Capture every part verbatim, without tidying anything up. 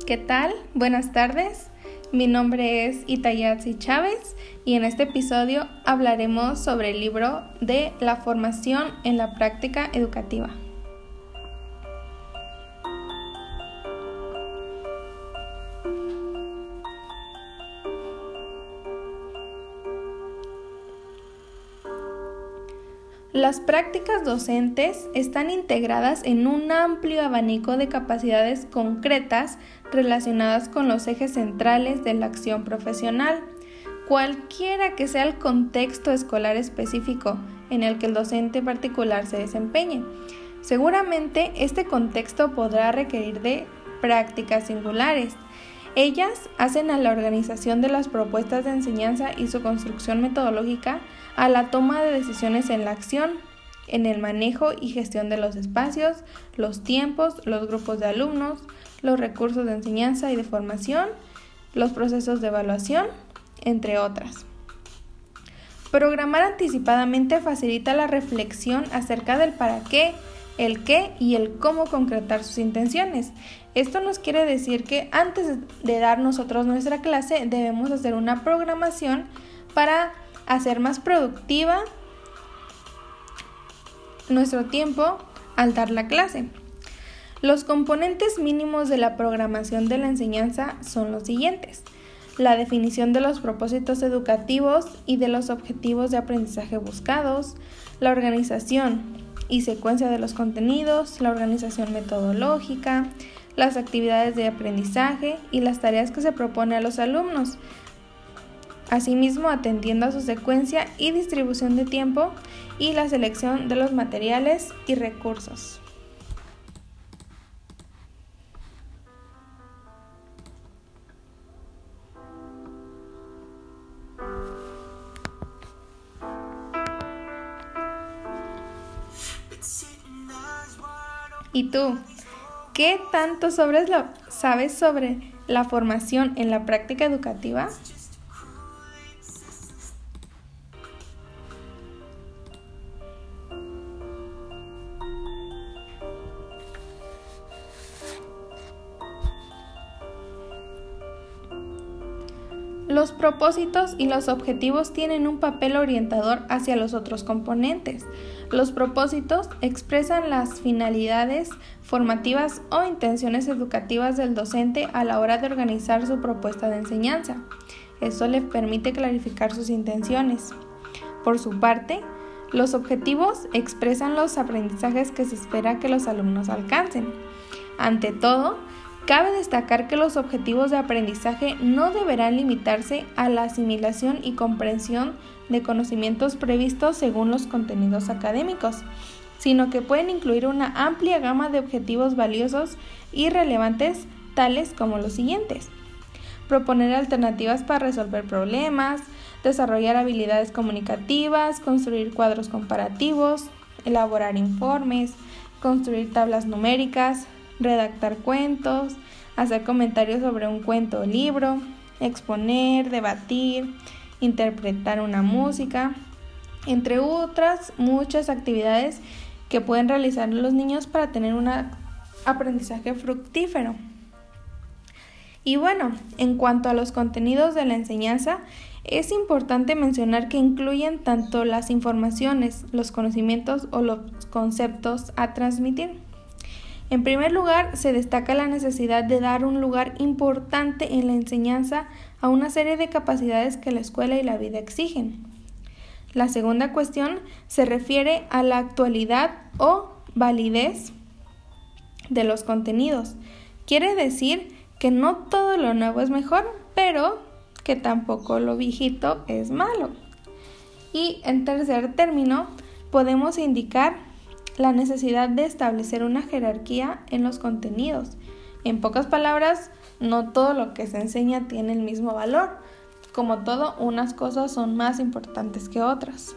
¿Qué tal? Buenas tardes. Mi nombre es Itayatsi Chávez y en este episodio hablaremos sobre el libro de la formación en la práctica educativa. Las prácticas docentes están integradas en un amplio abanico de capacidades concretas relacionadas con los ejes centrales de la acción profesional, cualquiera que sea el contexto escolar específico en el que el docente particular se desempeñe. Seguramente este contexto podrá requerir de prácticas singulares. Ellas hacen a la organización de las propuestas de enseñanza y su construcción metodológica a la toma de decisiones en la acción, en el manejo y gestión de los espacios, los tiempos, los grupos de alumnos, los recursos de enseñanza y de formación, los procesos de evaluación, entre otras. Programar anticipadamente facilita la reflexión acerca del para qué, el qué y el cómo concretar sus intenciones. Esto nos quiere decir que antes de dar nosotros nuestra clase debemos hacer una programación para hacer más productiva nuestro tiempo al dar la clase. Los componentes mínimos de la programación de la enseñanza son los siguientes: la definición de los propósitos educativos y de los objetivos de aprendizaje buscados, la organización y secuencia de los contenidos, la organización metodológica, las actividades de aprendizaje y las tareas que se propone a los alumnos, asimismo atendiendo a su secuencia y distribución de tiempo y la selección de los materiales y recursos. ¿Y tú? ¿Qué tanto sobre lo, sabes sobre la formación en la práctica educativa? Los propósitos y los objetivos tienen un papel orientador hacia los otros componentes. Los propósitos expresan las finalidades formativas o intenciones educativas del docente a la hora de organizar su propuesta de enseñanza. Esto le permite clarificar sus intenciones. Por su parte, los objetivos expresan los aprendizajes que se espera que los alumnos alcancen. Ante todo, cabe destacar que los objetivos de aprendizaje no deberán limitarse a la asimilación y comprensión de conocimientos previstos según los contenidos académicos, sino que pueden incluir una amplia gama de objetivos valiosos y relevantes, tales como los siguientes: proponer alternativas para resolver problemas, desarrollar habilidades comunicativas, construir cuadros comparativos, elaborar informes, construir tablas numéricas, redactar cuentos, hacer comentarios sobre un cuento o libro, exponer, debatir, interpretar una música, entre otras muchas actividades que pueden realizar los niños para tener un aprendizaje fructífero. Y bueno, en cuanto a los contenidos de la enseñanza, es importante mencionar que incluyen tanto las informaciones, los conocimientos o los conceptos a transmitir. En primer lugar, se destaca la necesidad de dar un lugar importante en la enseñanza a una serie de capacidades que la escuela y la vida exigen. La segunda cuestión se refiere a la actualidad o validez de los contenidos. Quiere decir que no todo lo nuevo es mejor, pero que tampoco lo viejito es malo. Y en tercer término, podemos indicar la necesidad de establecer una jerarquía en los contenidos. En pocas palabras, no todo lo que se enseña tiene el mismo valor. Como todo, unas cosas son más importantes que otras.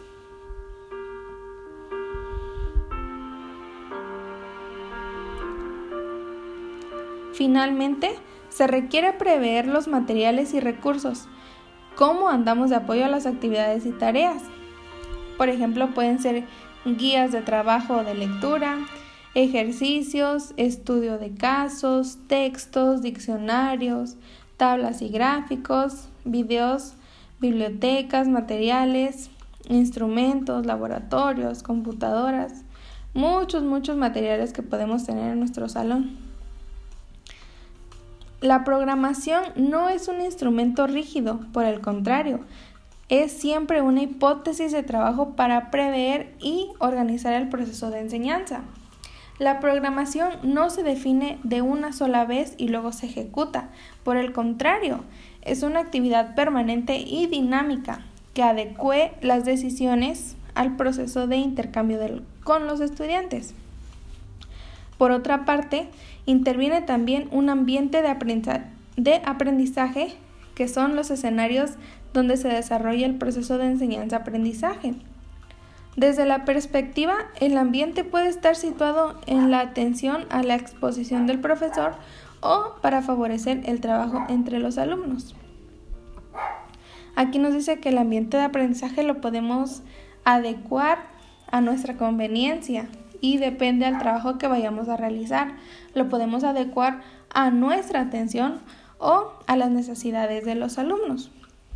Finalmente, se requiere prever los materiales y recursos, cómo andamos de apoyo a las actividades y tareas. Por ejemplo, pueden ser guías de trabajo o de lectura, ejercicios, estudio de casos, textos, diccionarios, tablas y gráficos, videos, bibliotecas, materiales, instrumentos, laboratorios, computadoras, muchos, muchos materiales que podemos tener en nuestro salón. La programación no es un instrumento rígido, por el contrario, es siempre una hipótesis de trabajo para prever y organizar el proceso de enseñanza. La programación no se define de una sola vez y luego se ejecuta. Por el contrario, es una actividad permanente y dinámica que adecue las decisiones al proceso de intercambio del, con los estudiantes. Por otra parte, interviene también un ambiente de aprendizaje, de aprendizaje que son los escenarios donde se desarrolla el proceso de enseñanza-aprendizaje. Desde la perspectiva, el ambiente puede estar situado en la atención a la exposición del profesor o para favorecer el trabajo entre los alumnos. Aquí nos dice que el ambiente de aprendizaje lo podemos adecuar a nuestra conveniencia y depende del trabajo que vayamos a realizar. Lo podemos adecuar a nuestra atención o a las necesidades de los alumnos.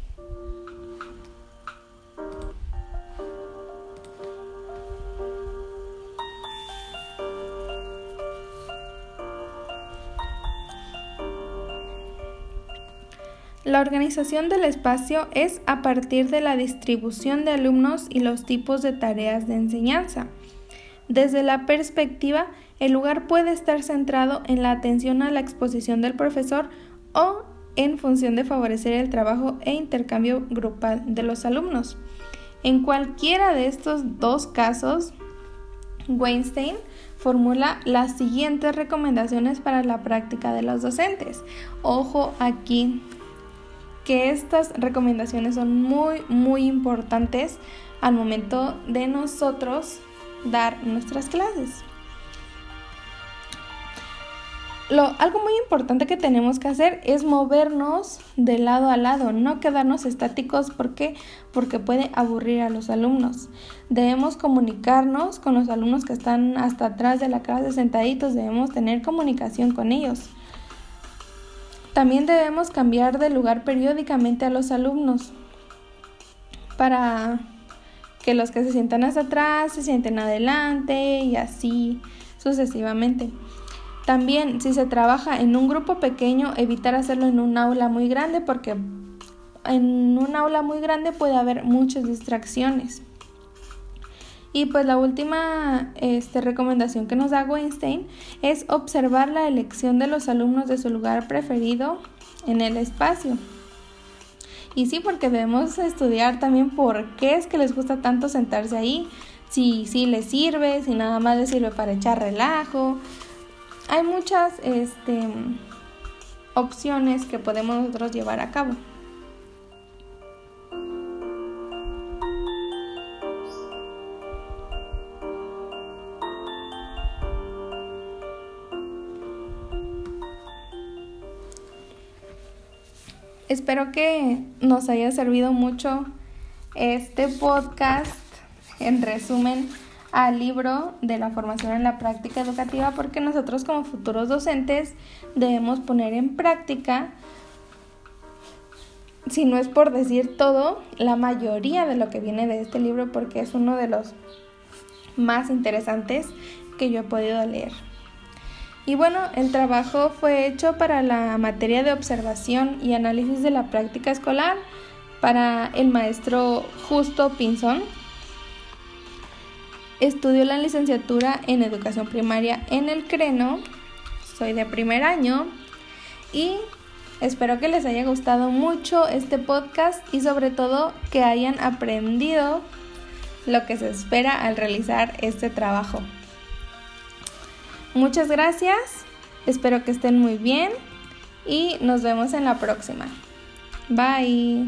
La organización del espacio es a partir de la distribución de alumnos y los tipos de tareas de enseñanza. Desde la perspectiva, el lugar puede estar centrado en la atención a la exposición del profesor o en función de favorecer el trabajo e intercambio grupal de los alumnos. En cualquiera de estos dos casos, Weinstein formula las siguientes recomendaciones para la práctica de los docentes. Ojo aquí, que estas recomendaciones son muy, muy importantes al momento de nosotros dar nuestras clases. Lo, algo muy importante que tenemos que hacer es movernos de lado a lado, no quedarnos estáticos. ¿Por qué? Porque puede aburrir a los alumnos. Debemos comunicarnos con los alumnos que están hasta atrás de la clase sentaditos, debemos tener comunicación con ellos. También debemos cambiar de lugar periódicamente a los alumnos para que los que se sientan hasta atrás se sienten adelante y así sucesivamente. También, si se trabaja en un grupo pequeño, evitar hacerlo en un aula muy grande porque en un aula muy grande puede haber muchas distracciones. Y pues la última este, recomendación que nos da Weinstein es observar la elección de los alumnos de su lugar preferido en el espacio. Y sí, porque debemos estudiar también por qué es que les gusta tanto sentarse ahí, si, si les sirve, si nada más les sirve para echar relajo. Hay muchas este, opciones que podemos nosotros llevar a cabo. Espero que nos haya servido mucho este podcast, en resumen, al libro de la formación en la práctica educativa, porque nosotros como futuros docentes debemos poner en práctica, si no es por decir todo, la mayoría de lo que viene de este libro, porque es uno de los más interesantes que yo he podido leer. Y bueno, el trabajo fue hecho para la materia de observación y análisis de la práctica escolar para el maestro Justo Pinzón. Estudió la licenciatura en educación primaria en el CRENO. Soy de primer año y espero que les haya gustado mucho este podcast y sobre todo que hayan aprendido lo que se espera al realizar este trabajo. Muchas gracias, espero que estén muy bien y nos vemos en la próxima. Bye.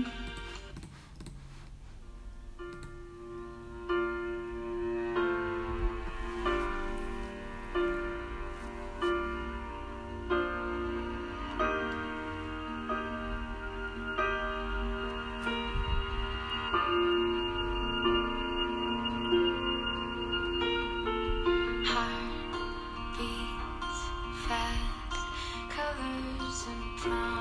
time.